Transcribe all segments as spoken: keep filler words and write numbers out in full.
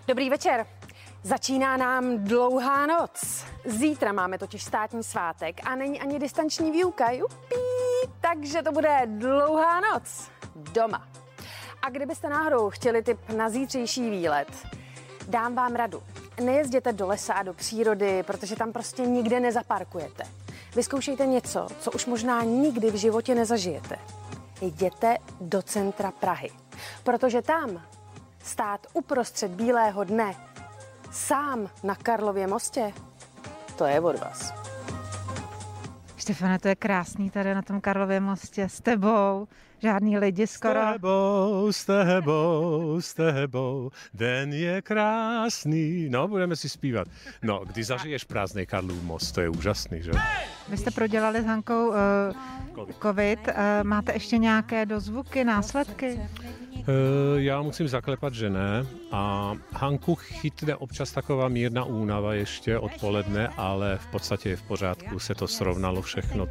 Dobrý večer. Začíná nám dlouhá noc. Zítra máme totiž státní svátek a není ani distanční výuka. Jupí, takže to bude dlouhá noc doma. A kdybyste náhodou chtěli tip na zítřejší výlet, dám vám radu. Nejezděte do lesa a do přírody, protože tam prostě nikde nezaparkujete. Vyzkoušejte něco, co už možná nikdy v životě nezažijete. Jděte do centra Prahy, protože tam stát uprostřed bílého dne sám na Karlově mostě, to je od vás. Štefane, to je krásný tady na tom Karlově mostě s tebou. Žádný lidi skoro. S tebou, s tebou, s tebou, den je krásný. No, budeme si zpívat. No, když zažiješ prázdný Karlův most, to je úžasný, že? Vy jste prodělali s Hankou uh, COVID. COVID. Uh, máte ještě nějaké dozvuky, následky? Uh, já musím zaklepat, že ne. A Hanku chytne občas taková mírná únava ještě odpoledne, ale v podstatě je v pořádku, se to srovnalo všechno.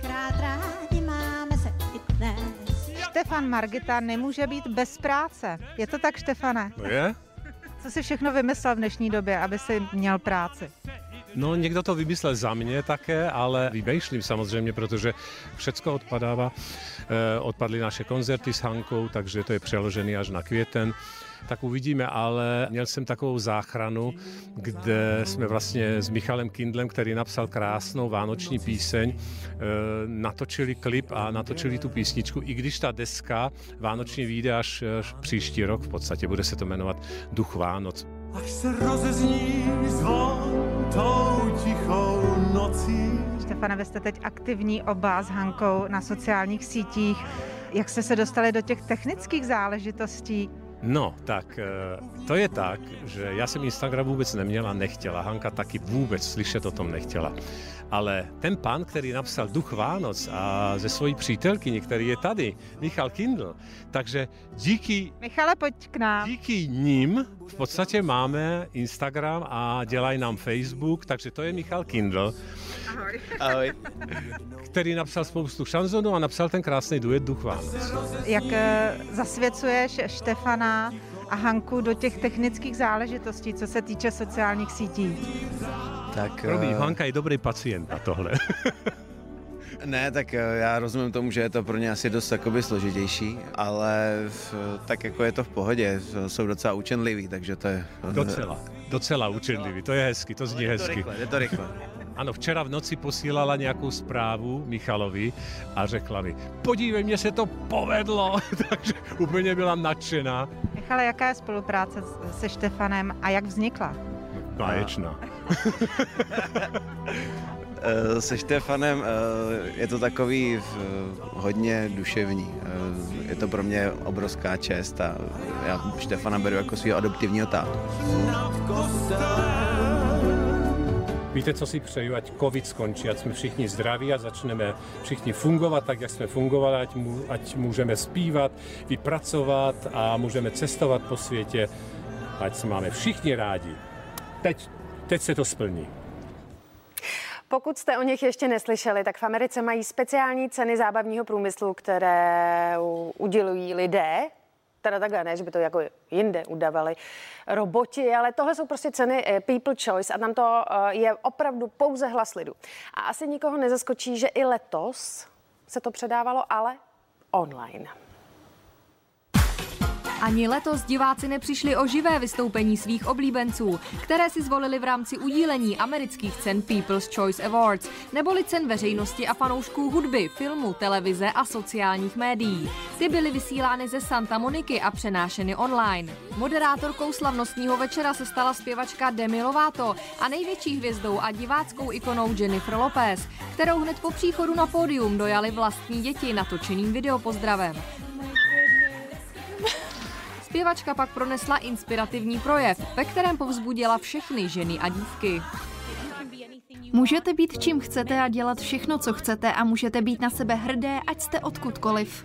Štefan Margita nemůže být bez práce. Je to tak, Štefane? No je? Co jsi všechno vymyslel v dnešní době, aby si měl práci? No, někdo to vymyslel za mě také, ale vymýšlím samozřejmě, protože všecko odpadává. E, odpadly naše koncerty s Hankou, takže to je přeložený až na květen. Tak uvidíme, ale měl jsem takovou záchranu, kde jsme vlastně s Michalem Kindlem, který napsal krásnou vánoční píseň, natočili klip a natočili tu písničku, i když ta deska vánoční vyjde až příští rok, v podstatě bude se to jmenovat Duch Vánoc. Až se rozezní zvon tou tichou nocí. Štefane, vy jste teď aktivní oba s Hankou na sociálních sítích. Jak jste se dostali do těch technických záležitostí? No, tak to je tak, že já jsem Instagram vůbec neměla, nechtěla. Hanka taky vůbec slyšet o tom nechtěla. Ale ten pán, který napsal Duch Vánoc a ze svojí přítelkyni, který je tady, Michal Kindl, takže díky... Michale, pojď k nám. Díky ním v podstatě máme Instagram a dělají nám Facebook, takže to je Michal Kindl. Ahoj. Ahoj. Který napsal spoustu šanzonů a napsal ten krásný duet Duch Vánoc. Jak zasvěcuješ Štefana a Hanku do těch technických záležitostí, co se týče sociálních sítí? Tak, Probí, Hanka je dobrý pacient na tohle. Ne, tak já rozumím tomu, že je to pro ně asi dost jakoby složitější, ale v, tak jako je to v pohodě, jsou docela učenliví, takže to je... Docela, docela učenliví, to je hezky, to zní je to hezky. Rychle, je to rychle. Ano, včera v noci posílala nějakou zprávu Michalovi a řekla mi, podívej, mně se to povedlo, takže úplně byla nadšená. Michale, jaká je spolupráce se Štefanem a jak vznikla? Báječná. Se Štefanem je to takový hodně duševní. Je to pro mě obrovská čest a já Štefana beru jako svého adoptivního tátu. Víte, co si přeju, ať covid skončí, ať jsme všichni zdraví a začneme všichni fungovat tak, jak jsme fungovali, ať, mů, ať můžeme zpívat, vypracovat a můžeme cestovat po světě, ať se máme všichni rádi. Teď, teď se to splní. Pokud jste o nich ještě neslyšeli, tak v Americe mají speciální ceny zábavního průmyslu, které udělují lidé. Teda takhle, ne, že by to jako jinde udávali roboti, ale tohle jsou prostě ceny People Choice a tam to je opravdu pouze hlas lidu. A asi nikoho nezaskočí, že i letos se to předávalo, ale online. Ani letos diváci nepřišli o živé vystoupení svých oblíbenců, které si zvolili v rámci udílení amerických cen People's Choice Awards, neboli cen veřejnosti a fanoušků hudby, filmu, televize a sociálních médií. Ty byly vysílány ze Santa Moniky a přenášeny online. Moderátorkou slavnostního večera se stala zpěvačka Demi Lovato a největší hvězdou a diváckou ikonou Jennifer Lopez, kterou hned po příchodu na pódium dojali vlastní děti natočeným videopozdravem. Zpěvačka pak pronesla inspirativní projev, ve kterém povzbudila všechny ženy a dívky. Můžete být čím chcete a dělat všechno, co chcete a můžete být na sebe hrdé, ať jste odkudkoliv.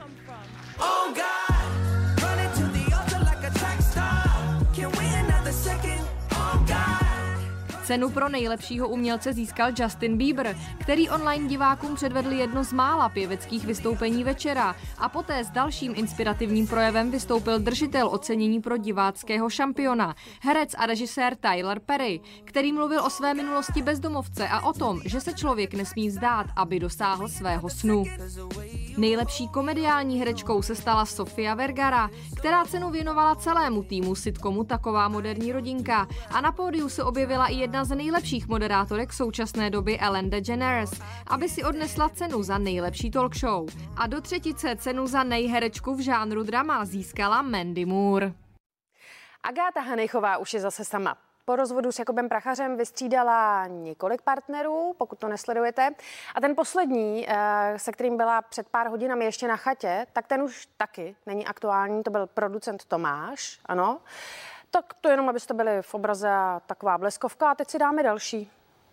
Cenu pro nejlepšího umělce získal Justin Bieber, který online divákům předvedl jedno z mála pěveckých vystoupení večera a poté s dalším inspirativním projevem vystoupil držitel ocenění pro diváckého šampiona, herec a režisér Tyler Perry, který mluvil o své minulosti bezdomovce a o tom, že se člověk nesmí vzdát, aby dosáhl svého snu. Nejlepší komediální herečkou se stala Sofia Vergara, která cenu věnovala celému týmu sitcomu Taková moderní rodinka a na pódiu se objevila i jedna z nejlepších moderátorek současné doby Ellen DeGeneres, aby si odnesla cenu za nejlepší talk show. A do třetice cenu za nejherečku v žánru drama získala Mandy Moore. Agáta Hanejchová už je zase sama. Po rozvodu s Jakubem Prachařem vystřídala několik partnerů, pokud to nesledujete. A ten poslední, se kterým byla před pár hodinami ještě na chatě, tak ten už taky není aktuální, to byl producent Tomáš, ano. Tak to jenom, abyste byli v obraze a taková bleskovka. A teď si dáme další.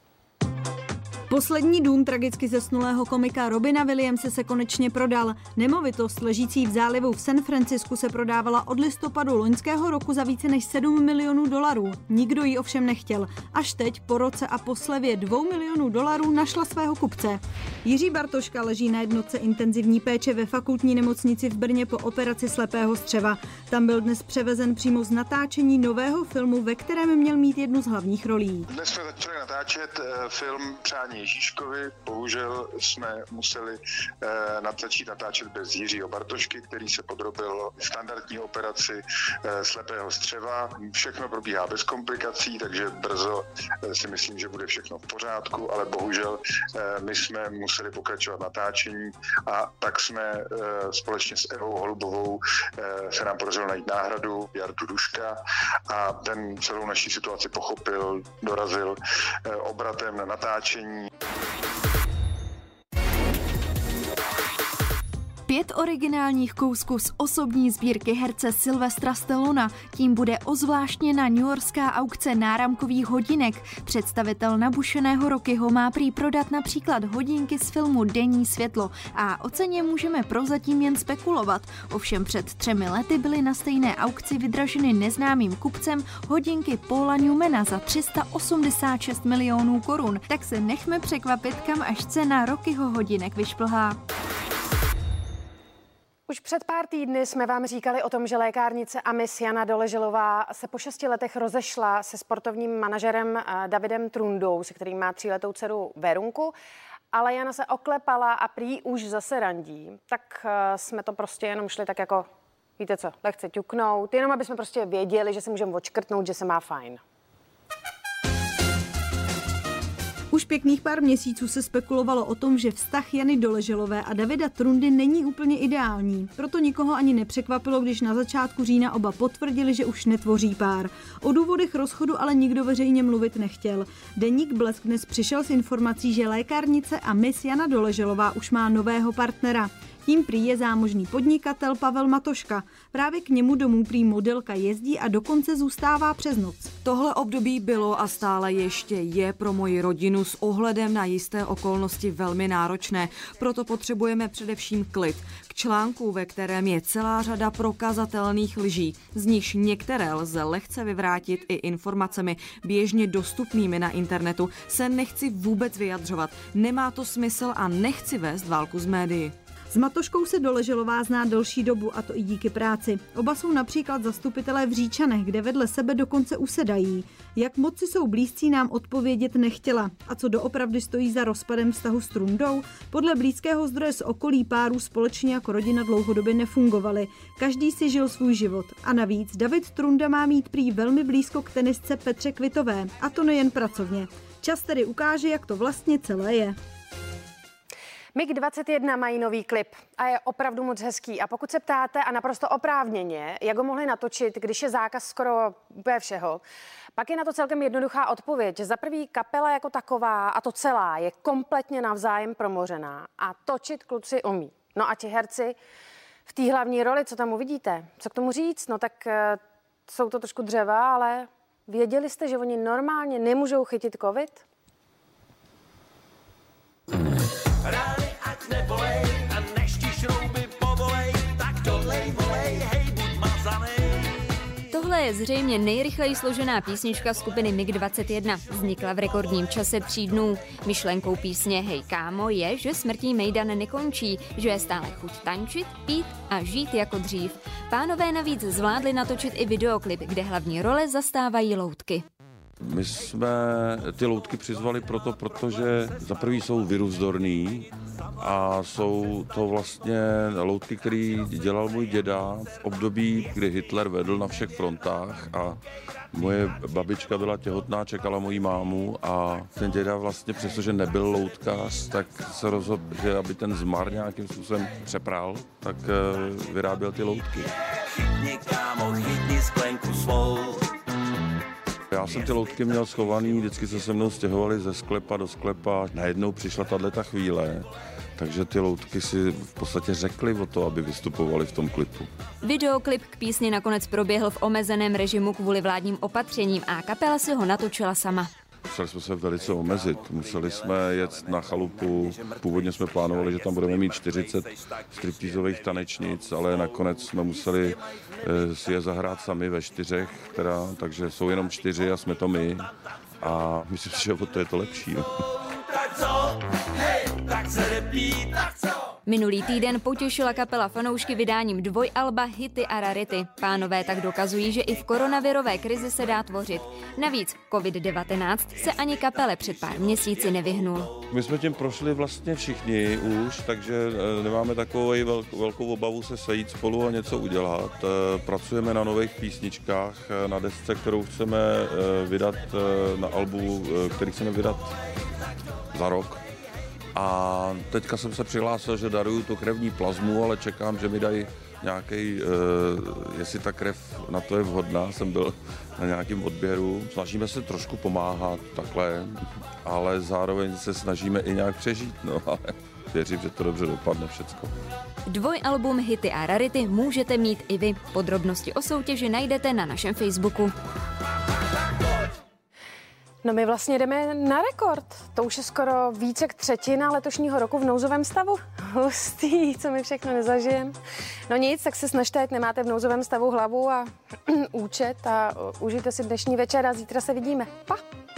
Poslední dům tragicky zesnulého komika Robina Williamse se konečně prodal. Nemovitost ležící v zálivu v San Francisku se prodávala od listopadu loňského roku za více než sedm milionů dolarů. Nikdo ji ovšem nechtěl. Až teď, po roce a po slevě dvou milionů dolarů, našla svého kupce. Jiří Bartoška leží na jednotce intenzivní péče ve fakultní nemocnici v Brně po operaci slepého střeva. Tam byl dnes převezen přímo z natáčení nového filmu, ve kterém měl mít jednu z hlavních rolí. Dnes jsme začali natáčet film Přání Ježíškovi. Bohužel jsme museli eh, začít natáčet bez Jiřího Bartošky, který se podrobil standardní operaci eh, slepého střeva. Všechno probíhá bez komplikací, takže brzo eh, si myslím, že bude všechno v pořádku, ale bohužel eh, my jsme museli pokračovat natáčení a tak jsme eh, společně s Evou Holubovou eh, se nám podařilo najít náhradu, Jardu Duška, a ten celou naší situaci pochopil, dorazil eh, obratem na natáčení. Pět originálních kousků z osobní sbírky herce Sylvestra Stallona. Tím bude ozvláštněna newyorská aukce náramkových hodinek. Představitel nabušeného Rockyho má prý prodat například hodinky z filmu Denní světlo a o ceně můžeme prozatím jen spekulovat. Ovšem před třemi lety byly na stejné aukci vydraženy neznámým kupcem hodinky Paula Newmana za tři sta osmdesát šest milionů korun. Tak se nechme překvapit, kam až cena Rockyho hodinek vyšplhá. Už před pár týdny jsme vám říkali o tom, že lékárnice Amis Jana Doleželová se po šesti letech rozešla se sportovním manažerem Davidem Trundou, se kterým má tříletou dceru Verunku, ale Jana se oklepala a prý už zase randí. Tak jsme to prostě jenom šli tak jako, víte co, lehce ťuknout, jenom aby jsme prostě věděli, že se můžeme odškrtnout, že se má fajn. Už pěkných pár měsíců se spekulovalo o tom, že vztah Jany Doleželové a Davida Trundy není úplně ideální. Proto nikoho ani nepřekvapilo, když na začátku října oba potvrdili, že už netvoří pár. O důvodech rozchodu ale nikdo veřejně mluvit nechtěl. Deník Blesk dnes přišel s informací, že lékárnice Amis Jana Doleželová už má nového partnera. Tím prý je zámožný podnikatel Pavel Matoška. Právě k němu domů prý modelka jezdí a dokonce zůstává přes noc. Tohle období bylo a stále ještě je pro moji rodinu s ohledem na jisté okolnosti velmi náročné. Proto potřebujeme především klid. K článku, ve kterém je celá řada prokazatelných lží, z nichž některé lze lehce vyvrátit i informacemi běžně dostupnými na internetu, se nechci vůbec vyjadřovat. Nemá to smysl a nechci vést válku s médii. S Matoškou se Doleželová zná delší dobu, a to i díky práci. Oba jsou například zastupitelé v Říčanech, kde vedle sebe dokonce usedají. Jak moc si jsou blízcí, nám odpovědět nechtěla. A co doopravdy stojí za rozpadem vztahu s Trundou? Podle blízkého zdroje z okolí párů společně jako rodina dlouhodobě nefungovali. Každý si žil svůj život. A navíc David Trunda má mít prý velmi blízko k tenisce Petře Kvitové. A to nejen pracovně. Čas tedy ukáže, jak to vlastně celé je. M I G dvacet jedna mají nový klip a je opravdu moc hezký. A pokud se ptáte, a naprosto oprávněně, jak ho mohli natočit, když je zákaz skoro úplně všeho, pak je na to celkem jednoduchá odpověď. Za prvý, kapela jako taková a to celá je kompletně navzájem promořená a točit kluci umí. No a ti herci v té hlavní roli, co tam uvidíte, co k tomu říct, no tak uh, jsou to trošku dřeva, ale věděli jste, že oni normálně nemůžou chytit covid? Rány ať nebolej a než ti šrouby povolej, tak dolej, volej, hej, buď mazanej. Tohle je zřejmě nejrychleji složená písnička skupiny M I G dvacet jedna. Vznikla v rekordním čase tří dnů. Myšlenkou písně Hej kámo je, že smrtí mejdan nekončí, že je stále chuť tančit, pít a žít jako dřív. Pánové navíc zvládli natočit i videoklip, kde hlavní role zastávají loutky. My jsme ty loutky přizvali proto, protože za prvý jsou viruzdorný a jsou to vlastně loutky, které dělal můj děda v období, kdy Hitler vedl na všech frontách a moje babička byla těhotná, čekala moji mámu a ten děda vlastně, přestože nebyl loutkař, tak se rozhodl, že aby ten zmar nějakým způsobem přepral, tak vyráběl ty loutky. Chytni, kámo, chytni sklenku svou. Já jsem ty loutky měl schovaný, vždycky se se mnou stěhovali ze sklepa do sklepa. Najednou přišla tato chvíle, takže ty loutky si v podstatě řekli o to, aby vystupovali v tom klipu. Videoklip k písni nakonec proběhl v omezeném režimu kvůli vládním opatřením a kapela si ho natočila sama. Museli jsme se velice omezit, museli jsme jet na chalupu, původně jsme plánovali, že tam budeme mít čtyřicet striptýzových tanečnic, ale nakonec jsme museli e, si je zahrát sami ve čtyřech, teda, takže jsou jenom čtyři a jsme to my a myslím si, že to je to lepší. No. Tak co? Hej, tak se nepí, tak co? Minulý týden potěšila kapela fanoušky vydáním dvojalba Hity a rarity. Pánové tak dokazují, že i v koronavirové krizi se dá tvořit. Navíc covid devatenáct se ani kapele před pár měsíci nevyhnul. My jsme tím prošli vlastně všichni už, takže nemáme takovou velkou obavu se sejít spolu a něco udělat. Pracujeme na nových písničkách, na desce, kterou chceme vydat, na albu, který chceme vydat za rok. A teďka jsem se přihlásil, že daruju tu krevní plazmu, ale čekám, že mi dají nějaký, uh, jestli ta krev na to je vhodná, jsem byl na nějakém odběru. Snažíme se trošku pomáhat takhle, ale zároveň se snažíme i nějak přežít, no, ale věřím, že to dobře dopadne všecko. Dvojalbum Hity a rarity můžete mít i vy. Podrobnosti o soutěži najdete na našem Facebooku. No my vlastně jdeme na rekord. To už je skoro více jak třetina letošního roku v nouzovém stavu. Hustý, co my všechno nezažijem. No nic, tak se snažte, ať nemáte v nouzovém stavu hlavu a účet a užijte si dnešní večer a zítra se vidíme. Pa!